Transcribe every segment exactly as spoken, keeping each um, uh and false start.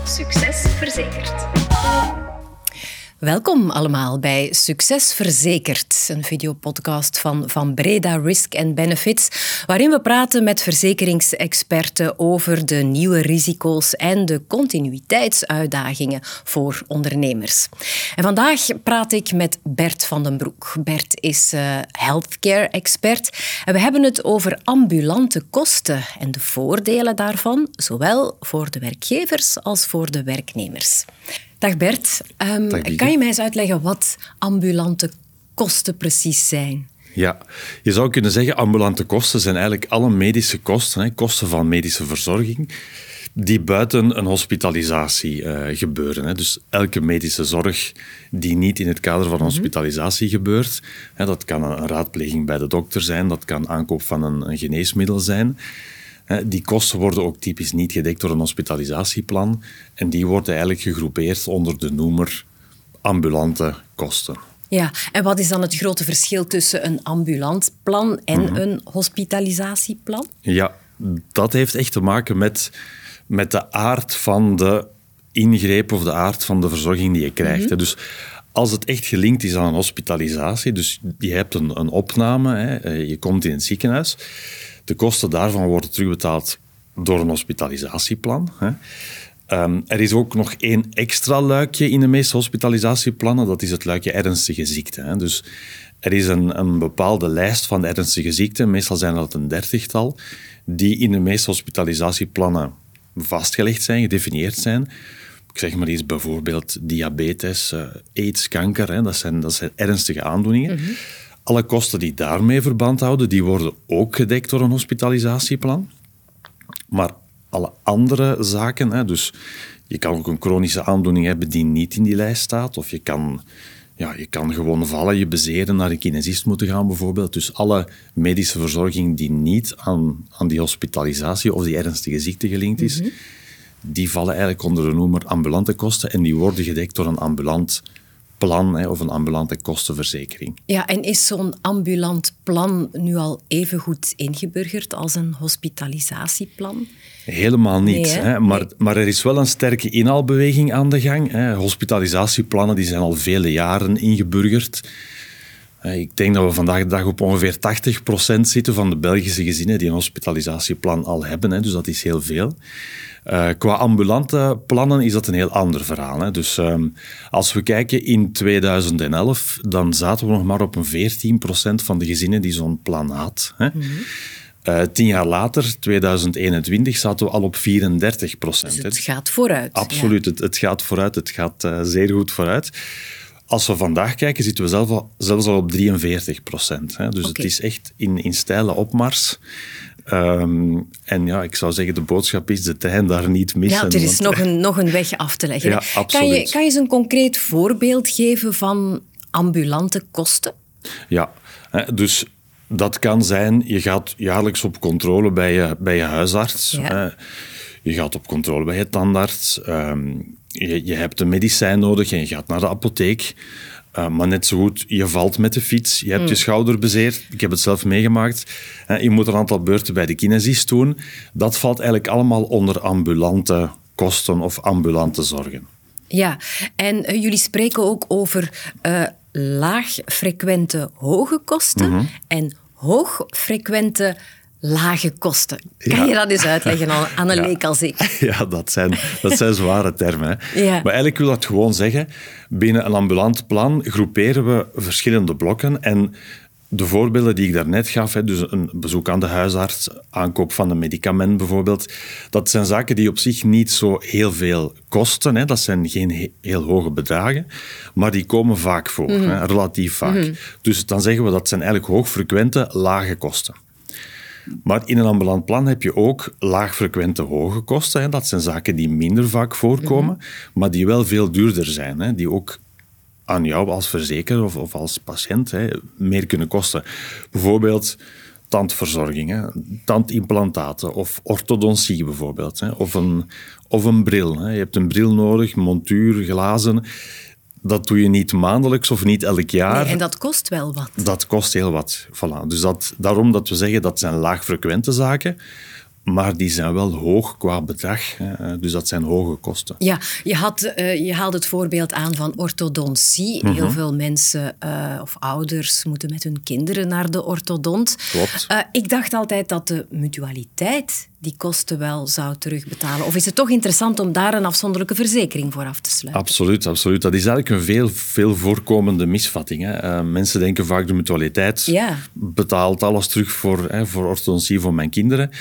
Succes Verzekerd. Welkom allemaal bij Succes Verzekerd, een videopodcast van Van Breda Risk and Benefits, waarin we praten met verzekeringsexperten over de nieuwe risico's en de continuïteitsuitdagingen voor ondernemers. En vandaag praat ik met Bert van den Broek. Bert is uh, healthcare-expert en we hebben het over ambulante kosten en de voordelen daarvan, zowel voor de werkgevers als voor de werknemers. Dag Bert, um, Dag kan je mij eens uitleggen wat ambulante kosten precies zijn? Ja, je zou kunnen zeggen ambulante kosten zijn eigenlijk alle medische kosten, hè, kosten van medische verzorging, die buiten een hospitalisatie uh, gebeuren. Hè. Dus elke medische zorg die niet in het kader van een hospitalisatie gebeurt, hè, dat kan een raadpleging bij de dokter zijn, dat kan aankoop van een, een geneesmiddel zijn. Die kosten worden ook typisch niet gedekt door een hospitalisatieplan en die worden eigenlijk gegroepeerd onder de noemer ambulante kosten. Ja, en wat is dan het grote verschil tussen een ambulant plan en mm-hmm. een hospitalisatieplan? Ja, dat heeft echt te maken met, met de aard van de ingreep of de aard van de verzorging die je krijgt. Mm-hmm. Dus als het echt gelinkt is aan een hospitalisatie, dus je hebt een, een opname, hè, je komt in het ziekenhuis. De kosten daarvan worden terugbetaald door een hospitalisatieplan. Hè. Um, er is ook nog één extra luikje in de meeste hospitalisatieplannen. Dat is het luikje ernstige ziekte. Hè. Dus er is een, een bepaalde lijst van ernstige ziekten, meestal zijn dat een dertigtal, die in de meeste hospitalisatieplannen vastgelegd zijn, gedefinieerd zijn. Ik zeg maar iets, bijvoorbeeld diabetes, uh, aids, kanker. Hè. Dat zijn, dat zijn ernstige aandoeningen. Mm-hmm. Alle kosten die daarmee verband houden, die worden ook gedekt door een hospitalisatieplan. Maar alle andere zaken, hè, dus je kan ook een chronische aandoening hebben die niet in die lijst staat, of je kan, ja, je kan gewoon vallen, je bezeren, naar een kinesist moeten gaan bijvoorbeeld. Dus alle medische verzorging die niet aan, aan die hospitalisatie of die ernstige ziekte gelinkt is, mm-hmm. die vallen eigenlijk onder de noemer ambulante kosten en die worden gedekt door een ambulant plan hè, of een ambulante kostenverzekering. Ja, en is zo'n ambulant plan nu al even goed ingeburgerd als een hospitalisatieplan? Helemaal niet. Nee, hè? Hè? Maar, nee. maar er is wel een sterke inhaalbeweging aan de gang. Hè? Hospitalisatieplannen die zijn al vele jaren ingeburgerd. Ik denk dat we vandaag de dag op ongeveer tachtig procent zitten van de Belgische gezinnen die een hospitalisatieplan al hebben. Hè? Dus dat is heel veel. Uh, qua ambulante plannen is dat een heel ander verhaal. Hè? Dus um, als we kijken in tweeduizend elf, dan zaten we nog maar op een veertien procent van de gezinnen die zo'n plan had. Hè? Mm-hmm. Uh, tien jaar later, tweeduizend eenentwintig, zaten we al op vierendertig procent. Dus het gaat vooruit. Absoluut, ja. het, het gaat vooruit. Het gaat uh, zeer goed vooruit. Als we vandaag kijken, zitten we zelf al, zelfs al op drieënveertig procent. Hè? Dus okay. Het is echt in, in steile opmars. Um, en ja, ik zou zeggen, de boodschap is de trein daar niet missen. Ja, er is want, nog, een, nog een weg af te leggen. Ja, absoluut. Kan je, kan je eens een concreet voorbeeld geven van ambulante kosten? Ja, dus dat kan zijn, je gaat jaarlijks op controle bij je, bij je huisarts. Ja. Je gaat op controle bij je tandarts. Um, je, je hebt een medicijn nodig en je gaat naar de apotheek. Uh, maar net zo goed, je valt met de fiets, je hebt mm. je schouder bezeerd. Ik heb het zelf meegemaakt. Uh, je moet een aantal beurten bij de kinesist doen. Dat valt eigenlijk allemaal onder ambulante kosten of ambulante zorgen. Ja, en uh, jullie spreken ook over uh, laagfrequente hoge kosten mm-hmm. en hoogfrequente lage kosten. Kan ja. je dat eens uitleggen aan een ja. leek als ik? Ja, dat zijn, dat zijn zware termen. Hè. Ja. Maar eigenlijk wil dat gewoon zeggen, binnen een ambulant plan groeperen we verschillende blokken en de voorbeelden die ik daarnet gaf, hè, dus een bezoek aan de huisarts, aankoop van een medicament bijvoorbeeld, dat zijn zaken die op zich niet zo heel veel kosten. Hè. Dat zijn geen he- heel hoge bedragen, maar die komen vaak voor, mm-hmm. hè, relatief vaak. Mm-hmm. Dus dan zeggen we dat zijn eigenlijk hoogfrequente, lage kosten. Maar in een ambulant plan heb je ook laagfrequente hoge kosten. Hè. Dat zijn zaken die minder vaak voorkomen, mm-hmm. maar die wel veel duurder zijn. Hè. Die ook aan jou als verzekeraar of, of als patiënt hè, meer kunnen kosten. Bijvoorbeeld tandverzorging, hè, tandimplantaten of orthodontie bijvoorbeeld. Hè, of, een, of een bril. Hè. Je hebt een bril nodig, montuur, glazen. Dat doe je niet maandelijks of niet elk jaar. Nee, en dat kost wel wat. Dat kost heel wat. Voilà. Dus dat, daarom dat we zeggen dat zijn laagfrequente zaken. maar die zijn wel hoog qua bedrag. Hè. Dus dat zijn hoge kosten. Ja, je, had, uh, je haalde het voorbeeld aan van orthodontie. Mm-hmm. Heel veel mensen uh, of ouders moeten met hun kinderen naar de orthodont. Klopt. Uh, ik dacht altijd dat de mutualiteit die kosten wel zou terugbetalen. Of is het toch interessant om daar een afzonderlijke verzekering voor af te sluiten? Absoluut, absoluut. Dat is eigenlijk een veel, veel voorkomende misvatting. Hè. Uh, mensen denken vaak de mutualiteit ja. betaalt alles terug voor, hè, voor orthodontie voor mijn kinderen.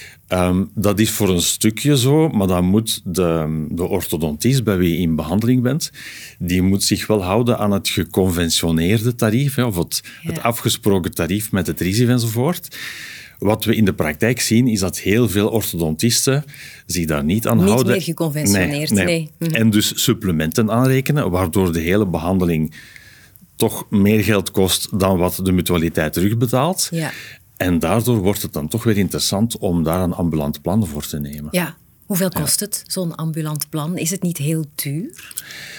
Um, dat is voor een stukje zo, maar dan moet de, de orthodontist bij wie je in behandeling bent, die moet zich wel houden aan het geconventioneerde tarief, hè, of het, ja. het afgesproken tarief met het risico enzovoort. Wat we in de praktijk zien, is dat heel veel orthodontisten zich daar niet aan niet houden. Niet meer geconventioneerd, nee. nee. nee. En dus supplementen aanrekenen, waardoor de hele behandeling toch meer geld kost dan wat de mutualiteit terugbetaalt. Ja. En daardoor wordt het dan toch weer interessant om daar een ambulant plan voor te nemen. Ja. Hoeveel kost ja. het, zo'n ambulant plan? Is het niet heel duur?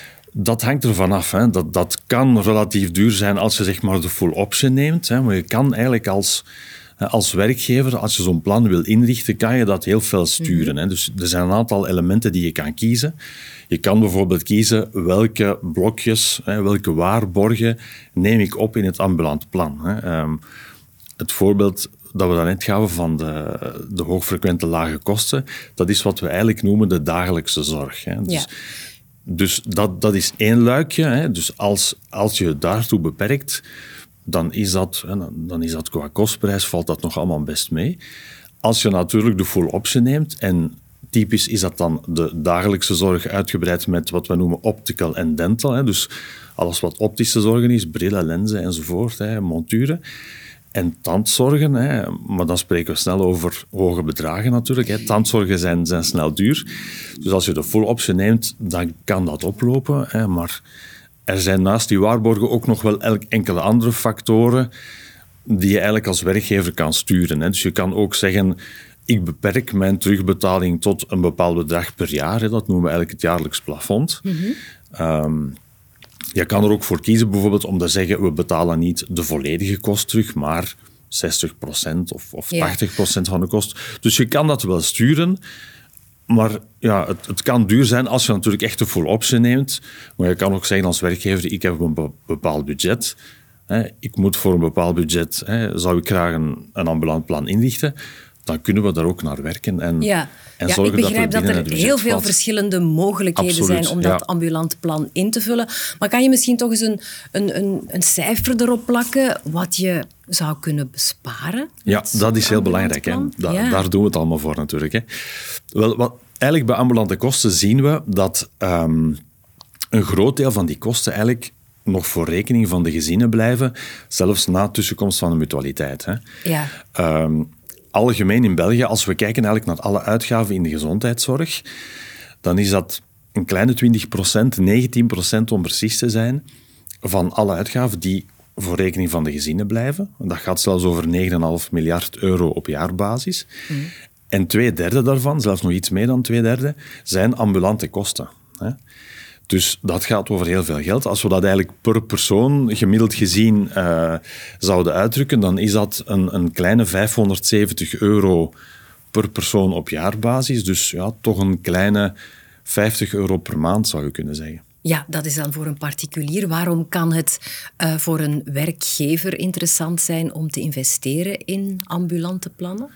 Dat hangt ervan af. Hè. Dat, dat kan relatief duur zijn als je zeg maar de full option neemt. Hè. Maar je kan eigenlijk als, als werkgever, als je zo'n plan wil inrichten, kan je dat heel veel sturen. Mm-hmm. Hè. Dus er zijn een aantal elementen die je kan kiezen. Je kan bijvoorbeeld kiezen welke blokjes, hè, welke waarborgen neem ik op in het ambulant plan. Hè. Um, Het voorbeeld dat we daarnet gaven van de, de hoogfrequente lage kosten, dat is wat we eigenlijk noemen de dagelijkse zorg. Hè. Dus, ja. dus dat, dat is één luikje. Hè. Dus als, als je het daartoe beperkt, dan is, dat, dan is dat qua kostprijs valt dat nog allemaal best mee. Als je natuurlijk de full option neemt, en typisch is dat dan de dagelijkse zorg uitgebreid met wat we noemen optical en dental. Hè. Dus alles wat optische zorgen is, brillen, lenzen enzovoort, hè, monturen. En tandzorgen, hè, maar dan spreken we snel over hoge bedragen natuurlijk. Hè. Tandzorgen zijn, zijn snel duur. Dus als je de full option neemt, dan kan dat oplopen. Hè. Maar er zijn naast die waarborgen ook nog wel enkele andere factoren die je eigenlijk als werkgever kan sturen. Hè. Dus je kan ook zeggen, ik beperk mijn terugbetaling tot een bepaald bedrag per jaar. Hè. Dat noemen we eigenlijk het jaarlijks plafond. Mm-hmm. Um, Je kan er ook voor kiezen bijvoorbeeld om te zeggen, we betalen niet de volledige kost terug, maar zestig procent of, of ja. tachtig procent van de kost. Dus je kan dat wel sturen, maar ja, het, het kan duur zijn als je natuurlijk echt de full option neemt. Maar je kan ook zeggen als werkgever, ik heb een bepaald budget. Hè, ik moet voor een bepaald budget, hè, zou ik graag een, een ambulant plan inrichten. Dan kunnen we daar ook naar werken. En, ja. en ja, zorgen ik begrijp dat, dat er heel veel valt. verschillende mogelijkheden Absoluut, zijn om dat ja. ambulant plan in te vullen. Maar kan je misschien toch eens een, een, een, een cijfer erop plakken wat je zou kunnen besparen? Ja, dat is heel belangrijk. Hè. Da- ja. Daar doen we het allemaal voor natuurlijk. Hè. Wel, wat, eigenlijk bij ambulante kosten zien we dat um, een groot deel van die kosten eigenlijk nog voor rekening van de gezinnen blijven, zelfs na tussenkomst van de mutualiteit. Hè. Ja. Um, Algemeen in België, als we kijken eigenlijk naar alle uitgaven in de gezondheidszorg, dan is dat een kleine twintig procent, negentien procent om precies te zijn, van alle uitgaven die voor rekening van de gezinnen blijven. Dat gaat zelfs over negen komma vijf miljard euro op jaarbasis. Mm. En twee derde daarvan, zelfs nog iets meer dan twee derde, zijn ambulante kosten. Hè. Dus dat gaat over heel veel geld. Als we dat eigenlijk per persoon gemiddeld gezien uh, zouden uitdrukken, dan is dat een, een kleine vijfhonderdzeventig euro per persoon op jaarbasis. Dus ja, toch een kleine vijftig euro per maand, zou je kunnen zeggen. Ja, dat is dan voor een particulier. Waarom kan het uh, voor een werkgever interessant zijn om te investeren in ambulante plannen?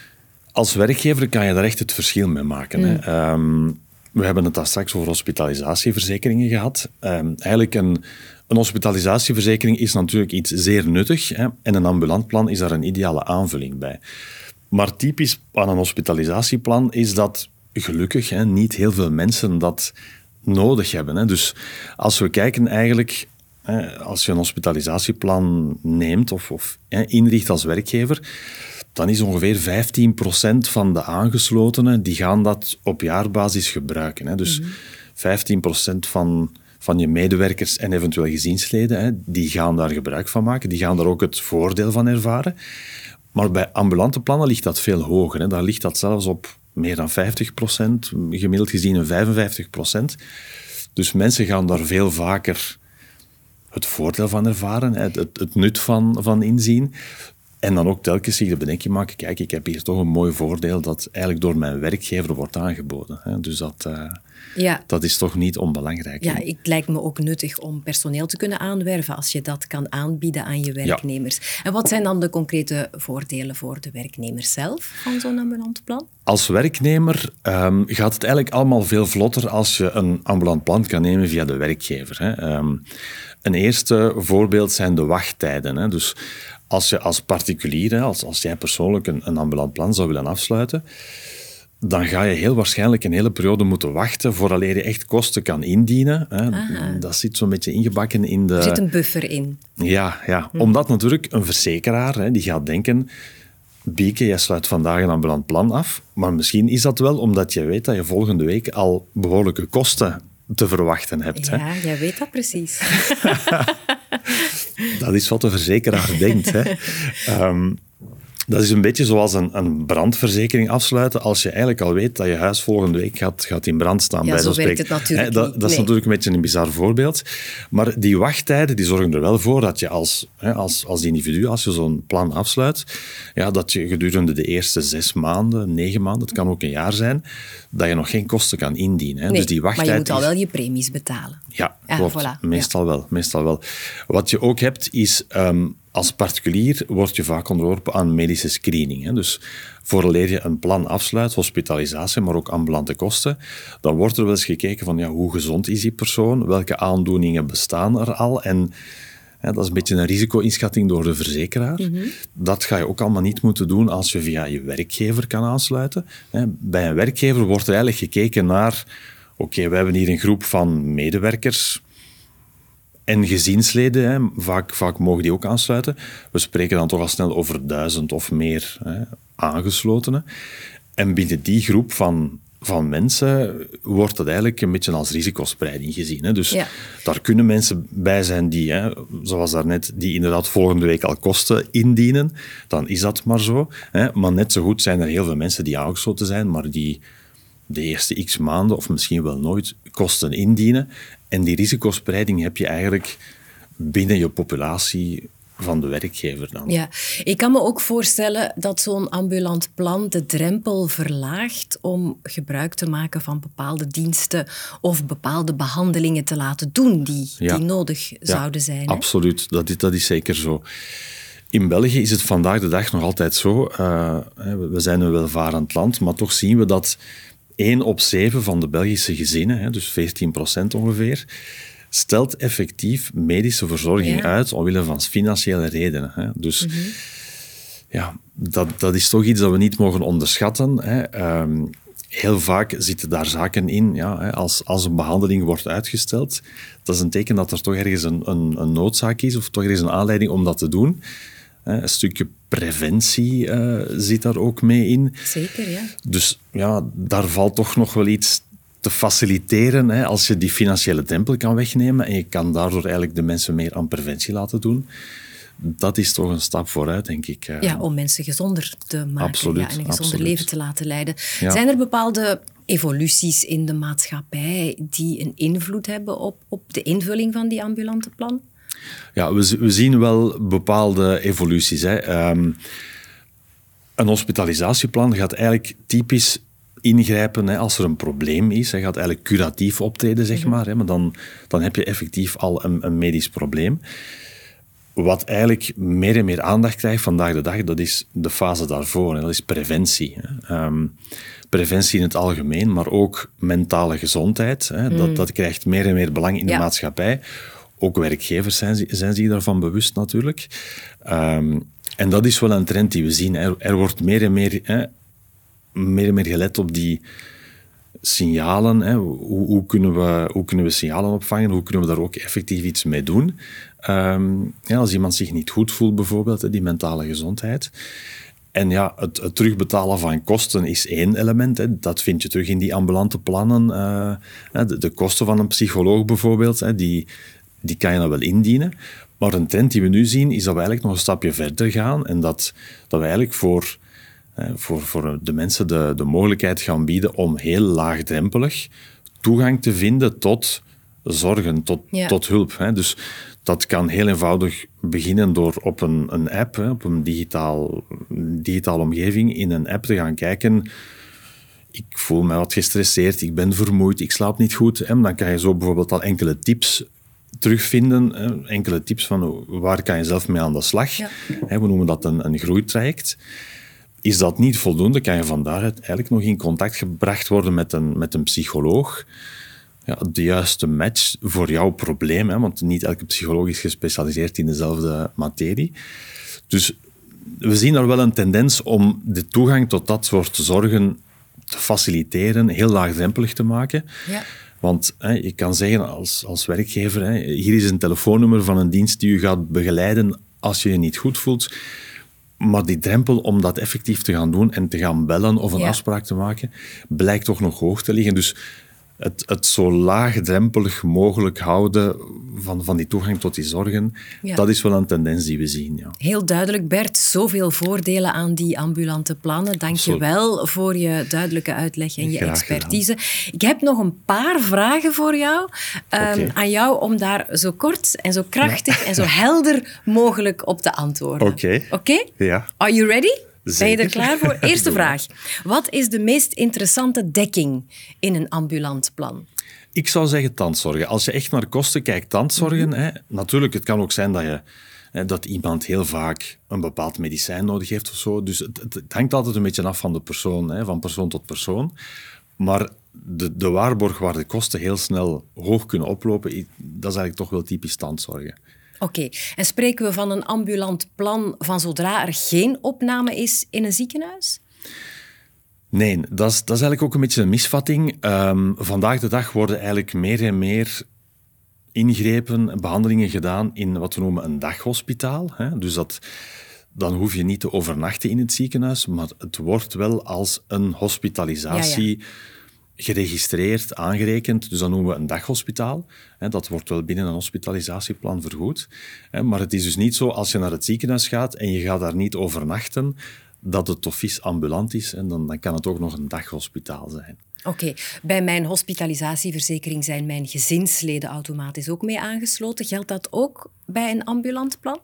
Als werkgever kan je daar echt het verschil mee maken. Mm. Hè. Um, We hebben het daar straks over hospitalisatieverzekeringen gehad. Um, eigenlijk een, een hospitalisatieverzekering is natuurlijk iets zeer nuttig. Hè, en een ambulant plan is daar een ideale aanvulling bij. Maar typisch aan een hospitalisatieplan is dat gelukkig hè, niet heel veel mensen dat nodig hebben. Hè. Dus als we kijken eigenlijk, hè, als je een hospitalisatieplan neemt of, of hè, inricht als werkgever, dan is ongeveer vijftien procent van de aangeslotenen die gaan dat op jaarbasis gebruiken. Hè. Dus mm-hmm. vijftien procent van, van je medewerkers en eventueel gezinsleden, hè, die gaan daar gebruik van maken. Die gaan daar ook het voordeel van ervaren. Maar bij ambulante plannen ligt dat veel hoger. Hè. Daar ligt dat zelfs op meer dan vijftig procent, gemiddeld gezien een vijfenvijftig procent. Dus mensen gaan daar veel vaker het voordeel van ervaren, het, het, het nut van, van inzien. En dan ook telkens zich de bedenking maken, kijk, ik heb hier toch een mooi voordeel dat eigenlijk door mijn werkgever wordt aangeboden. Hè. Dus dat, uh, ja. dat is toch niet onbelangrijk. Ja, het lijkt me ook nuttig om personeel te kunnen aanwerven als je dat kan aanbieden aan je werknemers. Ja. En wat zijn dan de concrete voordelen voor de werknemer zelf van zo'n ambulant plan? Als werknemer um, gaat het eigenlijk allemaal veel vlotter als je een ambulant plan kan nemen via de werkgever. Hè. Um, een eerste voorbeeld zijn de wachttijden. Hè. Dus als je als particulier, als, als jij persoonlijk een, een ambulant plan zou willen afsluiten, dan ga je heel waarschijnlijk een hele periode moeten wachten vooraleer je echt kosten kan indienen. Hè. Dat zit zo'n beetje ingebakken in de... Er zit een buffer in. Ja, ja. Hm. Omdat natuurlijk een verzekeraar, hè, die gaat denken, Bieke, jij sluit vandaag een ambulant plan af, maar misschien is dat wel omdat je weet dat je volgende week al behoorlijke kosten te verwachten hebt. Ja, hè. jij weet dat precies. Dat is wat de verzekeraar denkt. Hè. Um, dat is een beetje zoals een, een brandverzekering afsluiten als je eigenlijk al weet dat je huis volgende week gaat, gaat in brand staan. Ja, bij zo werkt spreken. het natuurlijk He, dat, niet. dat is nee. natuurlijk een beetje een bizar voorbeeld. Maar die wachttijden die zorgen er wel voor dat je als, he, als, als individu, als je zo'n plan afsluit, ja, dat je gedurende de eerste zes maanden, negen maanden, het kan ook een jaar zijn, dat je nog geen kosten kan indienen. Hè. Nee, dus die wachttijd maar je moet al is... wel je premies betalen. Ja, ja klopt. Voilà, meestal, ja. wel, meestal wel. Wat je ook hebt is... Um, als particulier word je vaak onderworpen aan medische screening. Hè. Dus vooraleer je een plan afsluit, hospitalisatie, maar ook ambulante kosten, dan wordt er wel eens gekeken van ja, hoe gezond is die persoon, welke aandoeningen bestaan er al. En ja, dat is een beetje een risico-inschatting door de verzekeraar. Mm-hmm. Dat ga je ook allemaal niet moeten doen als je via je werkgever kan aansluiten. Bij een werkgever wordt er eigenlijk gekeken naar oké, okay, we hebben hier een groep van medewerkers en gezinsleden, hè, vaak, vaak mogen die ook aansluiten. We spreken dan toch al snel over duizend of meer hè, aangeslotenen. En binnen die groep van, van mensen wordt dat eigenlijk een beetje als risicospreiding gezien. Hè. Dus ja. daar kunnen mensen bij zijn die, hè, zoals daarnet, die inderdaad volgende week al kosten indienen. Dan is dat maar zo. Hè. Maar net zo goed zijn er heel veel mensen die aangesloten zijn, maar die de eerste x maanden, of misschien wel nooit, kosten indienen. En die risicospreiding heb je eigenlijk binnen je populatie van de werkgever dan. Ja, ik kan me ook voorstellen dat zo'n ambulant plan de drempel verlaagt om gebruik te maken van bepaalde diensten of bepaalde behandelingen te laten doen die, ja. die nodig ja, zouden zijn. Hè? Absoluut, dat is, dat is zeker zo. In België is het vandaag de dag nog altijd zo. Uh, we zijn een welvarend land, maar toch zien we dat één op zeven van de Belgische gezinnen, dus veertien procent ongeveer, stelt effectief medische verzorging ja. uit omwille van financiële redenen. Dus mm-hmm. ja, dat, dat is toch iets dat we niet mogen onderschatten. Hè. Um, heel vaak zitten daar zaken in. Ja, als, als een behandeling wordt uitgesteld, dat is een teken dat er toch ergens een, een, een noodzaak is of toch ergens een aanleiding om dat te doen. Een stukje preventie uh, zit daar ook mee in. Zeker, ja. Dus ja, daar valt toch nog wel iets te faciliteren. Hè, als je die financiële drempel kan wegnemen en je kan daardoor eigenlijk de mensen meer aan preventie laten doen. Dat is toch een stap vooruit, denk ik. Ja, om mensen gezonder te maken absoluut, ja, en een gezonder absoluut. leven te laten leiden. Ja. Zijn er bepaalde evoluties in de maatschappij die een invloed hebben op, op de invulling van die ambulante plan? Ja, we, we zien wel bepaalde evoluties. Hè. Um, een hospitalisatieplan gaat eigenlijk typisch ingrijpen hè, als er een probleem is. Hij gaat eigenlijk curatief optreden, zeg maar. Hè, maar dan, dan heb je effectief al een, een medisch probleem. Wat eigenlijk meer en meer aandacht krijgt vandaag de dag, dat is de fase daarvoor. Hè. Dat is preventie. Hè. Um, preventie in het algemeen, maar ook mentale gezondheid. Hè. Dat, dat krijgt meer en meer belang in ja. de maatschappij. Ook werkgevers zijn, zijn zich daarvan bewust natuurlijk. Um, en dat is wel een trend die we zien. Er, er wordt meer en meer, hè, meer en meer gelet op die signalen. Hè. Hoe, hoe, kunnen we, hoe kunnen we signalen opvangen? Hoe kunnen we daar ook effectief iets mee doen? Um, ja, als iemand zich niet goed voelt bijvoorbeeld, hè, die mentale gezondheid. En ja, het, het terugbetalen van kosten is één element. Hè. Dat vind je terug in die ambulante plannen. Uh, de, de kosten van een psycholoog bijvoorbeeld, hè, die... Die kan je dan wel indienen. Maar een trend die we nu zien, is dat we eigenlijk nog een stapje verder gaan. En dat, dat we eigenlijk voor, voor, voor de mensen de, de mogelijkheid gaan bieden om heel laagdrempelig toegang te vinden tot zorgen, tot, ja. tot hulp. Dus Dat kan heel eenvoudig beginnen door op een, een app, hè, op een digitaal, digitale omgeving, in een app te gaan kijken. Ik voel me wat gestresseerd, ik ben vermoeid, ik slaap niet goed. Hè. Dan kan je zo bijvoorbeeld al enkele tips terugvinden. Hè. Enkele tips van waar kan je zelf mee aan de slag. Ja. Hè, we noemen dat een, een groeitraject. Is dat niet voldoende, kan je van daaruit eigenlijk nog in contact gebracht worden met een, met een psycholoog. Ja, de juiste match voor jouw probleem, hè, want niet elke psycholoog is gespecialiseerd in dezelfde materie. Dus we zien daar wel een tendens om de toegang tot dat soort zorgen te faciliteren, heel laagdrempelig te maken. Ja. Want hè, je kan zeggen als, als werkgever, hè, hier is een telefoonnummer van een dienst die u gaat begeleiden als je je niet goed voelt. Maar die drempel om dat effectief te gaan doen en te gaan bellen of een ja. afspraak te maken, blijkt toch nog hoog te liggen. Dus Het, het zo laagdrempelig mogelijk houden van, van die toegang tot die zorgen, ja. dat is wel een tendens die we zien. Ja. Heel duidelijk, Bert. Zoveel voordelen aan die ambulante plannen. Dank je wel voor je duidelijke uitleg en je Graag expertise. Gedaan. Ik heb nog een paar vragen voor jou. Um, okay. Aan jou om daar zo kort en zo krachtig ja. en zo helder mogelijk op te antwoorden. Oké. Okay. Okay? Ja. Are you ready? Zeker. Ben je er klaar voor? Eerste vraag. Wat is de meest interessante dekking in een ambulant plan? Ik zou zeggen tandzorgen. Als je echt naar kosten kijkt, tandzorgen. Mm-hmm. Hè, natuurlijk, het kan ook zijn dat, je, hè, dat iemand heel vaak een bepaald medicijn nodig heeft of zo. Dus het, het, het hangt altijd een beetje af van de persoon, hè, van persoon tot persoon. Maar de, de waarborg waar de kosten heel snel hoog kunnen oplopen, dat is eigenlijk toch wel typisch tandzorgen. Oké, okay. En spreken we van een ambulant plan van zodra er geen opname is in een ziekenhuis? Nee, dat is, dat is eigenlijk ook een beetje een misvatting. Um, vandaag de dag worden eigenlijk meer en meer ingrepen en behandelingen gedaan in wat we noemen een daghospitaal. Hè? Dus dat, dan hoef je niet te overnachten in het ziekenhuis, maar het wordt wel als een hospitalisatie... Ja, ja. geregistreerd, aangerekend. Dus dat noemen we een daghospitaal. Dat wordt wel binnen een hospitalisatieplan vergoed. Maar het is dus niet zo, als je naar het ziekenhuis gaat en je gaat daar niet overnachten, dat het office ambulant is. En dan, dan kan het ook nog een daghospitaal zijn. Oké, okay. Bij mijn hospitalisatieverzekering zijn mijn gezinsleden automatisch ook mee aangesloten. Geldt dat ook bij een ambulant plan?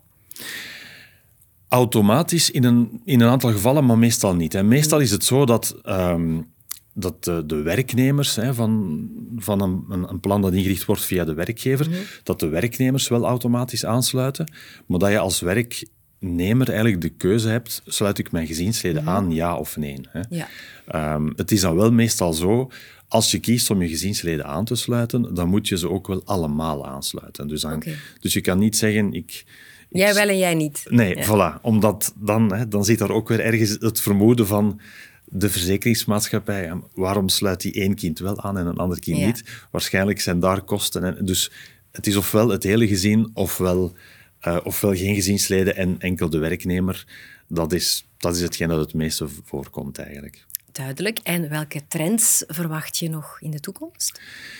Automatisch in een, in een aantal gevallen, maar meestal niet. Hè. Meestal is het zo dat... Um, dat de, de werknemers hè, van, van een, een plan dat ingericht wordt via de werkgever, mm-hmm. dat de werknemers wel automatisch aansluiten, maar dat je als werknemer eigenlijk de keuze hebt, sluit ik mijn gezinsleden mm-hmm. aan, ja of nee. Hè. Ja. Um, het is dan wel meestal zo, als je kiest om je gezinsleden aan te sluiten, dan moet je ze ook wel allemaal aansluiten. Dus, dan, okay. dus je kan niet zeggen... Ik, jij wel en jij niet. Nee, ja. voilà. Omdat dan, hè, dan zit daar ook weer ergens het vermoeden van... De verzekeringsmaatschappij, waarom sluit die één kind wel aan en een ander kind ja. niet? Waarschijnlijk zijn daar kosten. En dus het is ofwel het hele gezin, ofwel, uh, ofwel geen gezinsleden en enkel de werknemer. Dat is, dat is hetgeen dat het meeste voorkomt eigenlijk. Duidelijk. En welke trends verwacht je nog in de toekomst?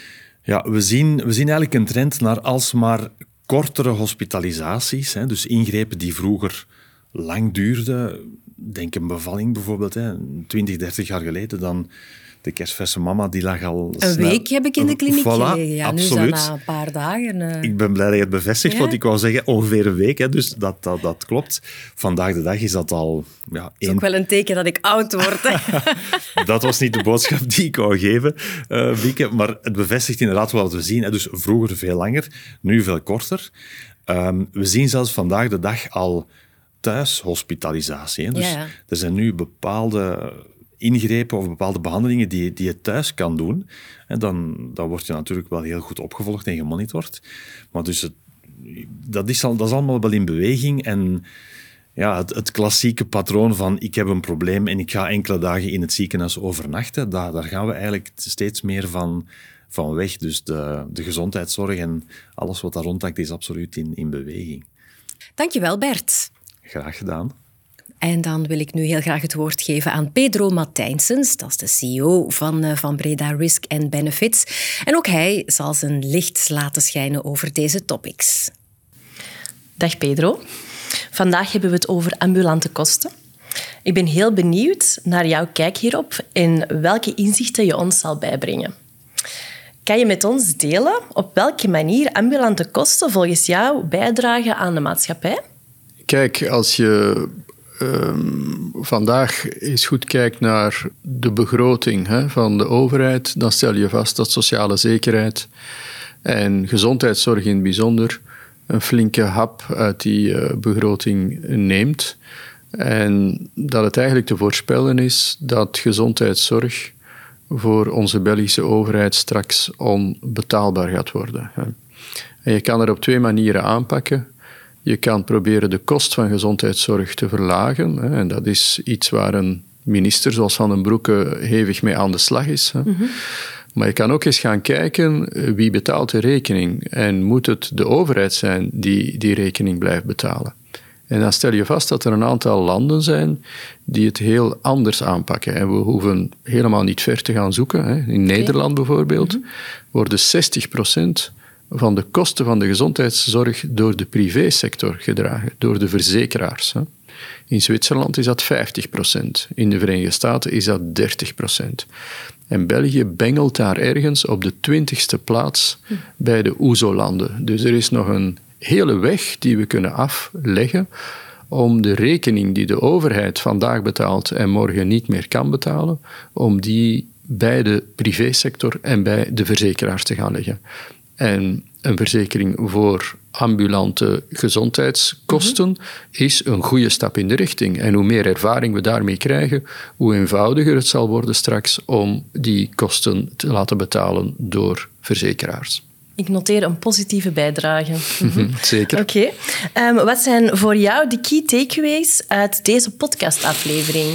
Ja, we zien, we zien eigenlijk een trend naar alsmaar kortere hospitalisaties. Hè, dus ingrepen die vroeger lang duurden. Denk een bevalling bijvoorbeeld, hè. twintig, dertig jaar geleden, dan de kerstverse mama, die lag al Een snel... week heb ik in de kliniek voilà, gelegen. Ja, absoluut. Nu is dat na een paar dagen. Uh... Ik ben blij dat je het bevestigt, ja? Want ik wou zeggen ongeveer een week, hè, dus dat, dat, dat klopt. Vandaag de dag is dat al... Ja, het is één... ook wel een teken dat ik oud word. Dat was niet de boodschap die ik wou geven, uh, Wieke, maar het bevestigt inderdaad wel wat we zien. Hè. Dus vroeger veel langer, nu veel korter. Um, we zien zelfs vandaag de dag al... thuishospitalisatie. Hè? Dus ja, ja. Er zijn nu bepaalde ingrepen of bepaalde behandelingen die, die je thuis kan doen. En dan, dan word je natuurlijk wel heel goed opgevolgd en gemonitord. Maar dus het, dat, is al, dat is allemaal wel in beweging. En ja, het, het klassieke patroon van ik heb een probleem en ik ga enkele dagen in het ziekenhuis overnachten, daar, daar gaan we eigenlijk steeds meer van, van weg. Dus de, de gezondheidszorg en alles wat daar rondhangt is absoluut in, in beweging. Dankjewel, Bert. Graag gedaan. En dan wil ik nu heel graag het woord geven aan Pedro Matthijnsens. Dat is de C E O van, van Breda Risk and Benefits. En ook hij zal zijn licht laten schijnen over deze topics. Dag Pedro. Vandaag hebben we het over ambulante kosten. Ik ben heel benieuwd naar jouw kijk hierop en welke inzichten je ons zal bijbrengen. Kan je met ons delen op welke manier ambulante kosten volgens jou bijdragen aan de maatschappij? Kijk, als je um, vandaag eens goed kijkt naar de begroting hè, van de overheid, dan stel je vast dat sociale zekerheid en gezondheidszorg in het bijzonder een flinke hap uit die uh, begroting neemt. En dat het eigenlijk te voorspellen is dat gezondheidszorg voor onze Belgische overheid straks onbetaalbaar gaat worden. En je kan er op twee manieren aanpakken. Je kan proberen de kost van gezondheidszorg te verlagen. En dat is iets waar een minister zoals Van den Broeke hevig mee aan de slag is. Mm-hmm. Maar je kan ook eens gaan kijken wie betaalt de rekening. En moet het de overheid zijn die die rekening blijft betalen? En dan stel je vast dat er een aantal landen zijn die het heel anders aanpakken. En we hoeven helemaal niet ver te gaan zoeken. In okay. Nederland bijvoorbeeld mm-hmm. worden zestig procent van de kosten van de gezondheidszorg door de privésector gedragen, door de verzekeraars. In Zwitserland is dat vijftig procent. In de Verenigde Staten is dat dertig procent. En België bengelt daar ergens op de twintigste plaats bij de O E S O-landen. Dus er is nog een hele weg die we kunnen afleggen om de rekening die de overheid vandaag betaalt en morgen niet meer kan betalen, om die bij de privésector en bij de verzekeraars te gaan leggen. En een verzekering voor ambulante gezondheidskosten mm-hmm. is een goede stap in de richting. En hoe meer ervaring we daarmee krijgen, hoe eenvoudiger het zal worden straks om die kosten te laten betalen door verzekeraars. Ik noteer een positieve bijdrage. Mm-hmm, zeker. Oké. Okay. Um, wat zijn voor jou de key takeaways uit deze podcastaflevering?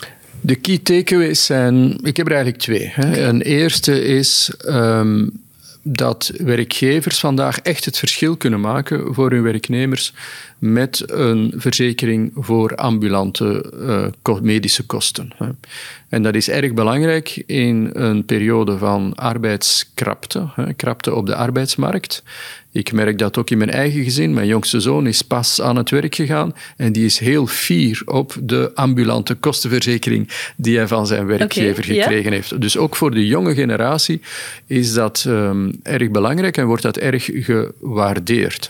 De key takeaways zijn... Ik heb er eigenlijk twee. Hè. Okay. Een eerste is... Um, dat werkgevers vandaag echt het verschil kunnen maken voor hun werknemers met een verzekering voor ambulante uh, medische kosten. En dat is erg belangrijk in een periode van arbeidskrapte, krapte op de arbeidsmarkt. Ik merk dat ook in mijn eigen gezin. Mijn jongste zoon is pas aan het werk gegaan en die is heel fier op de ambulante kostenverzekering die hij van zijn werkgever okay, gekregen yeah. heeft. Dus ook voor de jonge generatie is dat um, erg belangrijk en wordt dat erg gewaardeerd. Hè.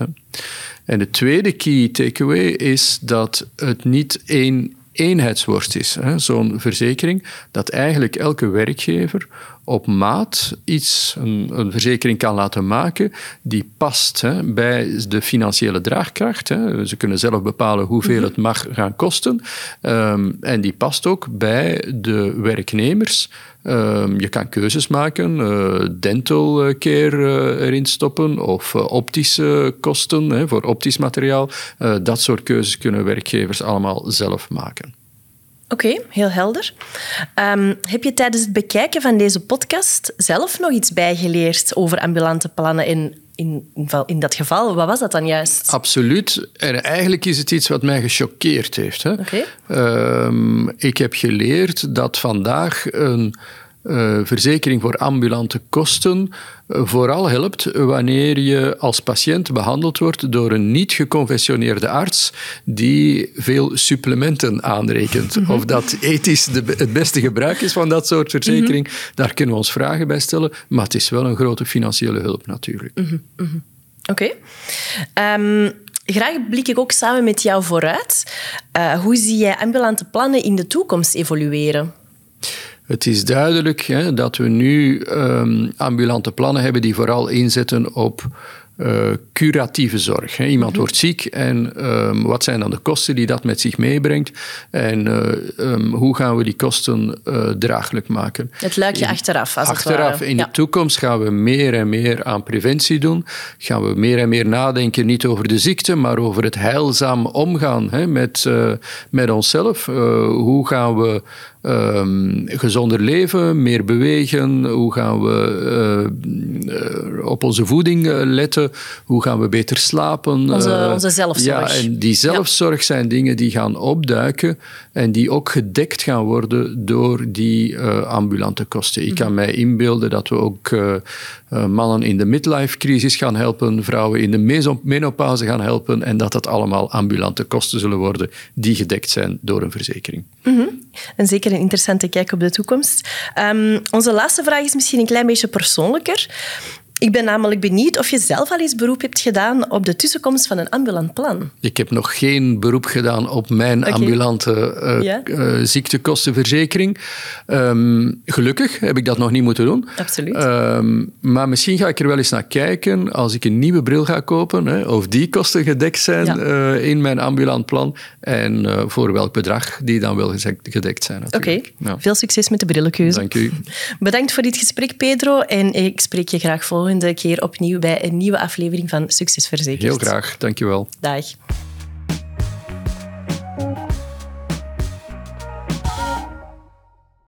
En de tweede key takeaway is dat het niet één eenheidsworst is, hè, zo'n verzekering, dat eigenlijk elke werkgever op maat iets, een, een verzekering kan laten maken die past hè, bij de financiële draagkracht. Hè. Ze kunnen zelf bepalen hoeveel het mag gaan kosten. Um, en die past ook bij de werknemers. Um, je kan keuzes maken, uh, dental care uh, erin stoppen of uh, optische kosten hè, voor optisch materiaal. Uh, dat soort keuzes kunnen werkgevers allemaal zelf maken. Oké, okay, heel helder. Um, heb je tijdens het bekijken van deze podcast zelf nog iets bijgeleerd over ambulante plannen in, in, in dat geval? Wat was dat dan juist? Absoluut. En eigenlijk is het iets wat mij gechoqueerd heeft. Hè. Okay. Um, ik heb geleerd dat vandaag een uh, verzekering voor ambulante kosten vooral helpt wanneer je als patiënt behandeld wordt door een niet geconventioneerde arts die veel supplementen aanrekent. Mm-hmm. Of dat ethisch de, het beste gebruik is van dat soort verzekering, mm-hmm. daar kunnen we ons vragen bij stellen, maar het is wel een grote financiële hulp natuurlijk. Mm-hmm. Mm-hmm. Oké. Okay. Um, graag blik ik ook samen met jou vooruit. Uh, hoe zie jij ambulante plannen in de toekomst evolueren? Het is duidelijk hè, dat we nu um, ambulante plannen hebben die vooral inzetten op uh, curatieve zorg. Hè. Iemand mm-hmm. wordt ziek en um, wat zijn dan de kosten die dat met zich meebrengt en uh, um, hoe gaan we die kosten uh, draaglijk maken? Het luikje in, achteraf, als achteraf. het ware. In ja. de toekomst gaan we meer en meer aan preventie doen. Gaan we meer en meer nadenken, niet over de ziekte, maar over het heilzaam omgaan hè, met, uh, met onszelf. Uh, hoe gaan we Um, gezonder leven, meer bewegen, hoe gaan we uh, uh, op onze voeding uh, letten, hoe gaan we beter slapen. Onze, uh, onze zelfzorg. Ja, en die zelfzorg ja. zijn dingen die gaan opduiken en die ook gedekt gaan worden door die uh, ambulante kosten. Ik kan mij inbeelden dat we ook uh, uh, mannen in de midlife-crisis gaan helpen, vrouwen in de menopauze gaan helpen en dat dat allemaal ambulante kosten zullen worden die gedekt zijn door een verzekering. Mm-hmm. En zeker een interessante kijk op de toekomst. Um, onze laatste vraag is misschien een klein beetje persoonlijker. Ik ben namelijk benieuwd of je zelf al eens beroep hebt gedaan op de tussenkomst van een ambulant plan. Ik heb nog geen beroep gedaan op mijn okay. ambulante uh, ja? uh, ziektekostenverzekering. Um, gelukkig heb ik dat nog niet moeten doen. Absoluut. Um, maar misschien ga ik er wel eens naar kijken als ik een nieuwe bril ga kopen, hè, of die kosten gedekt zijn ja. uh, in mijn ambulant plan en uh, voor welk bedrag die dan wel gedekt zijn. Oké, okay. ja. Veel succes met de brillenkeuze. Dank u. Bedankt voor dit gesprek, Pedro, en ik spreek je graag volgende keer opnieuw bij een nieuwe aflevering van Succes Verzekerd. Heel graag, dank je wel. Dag.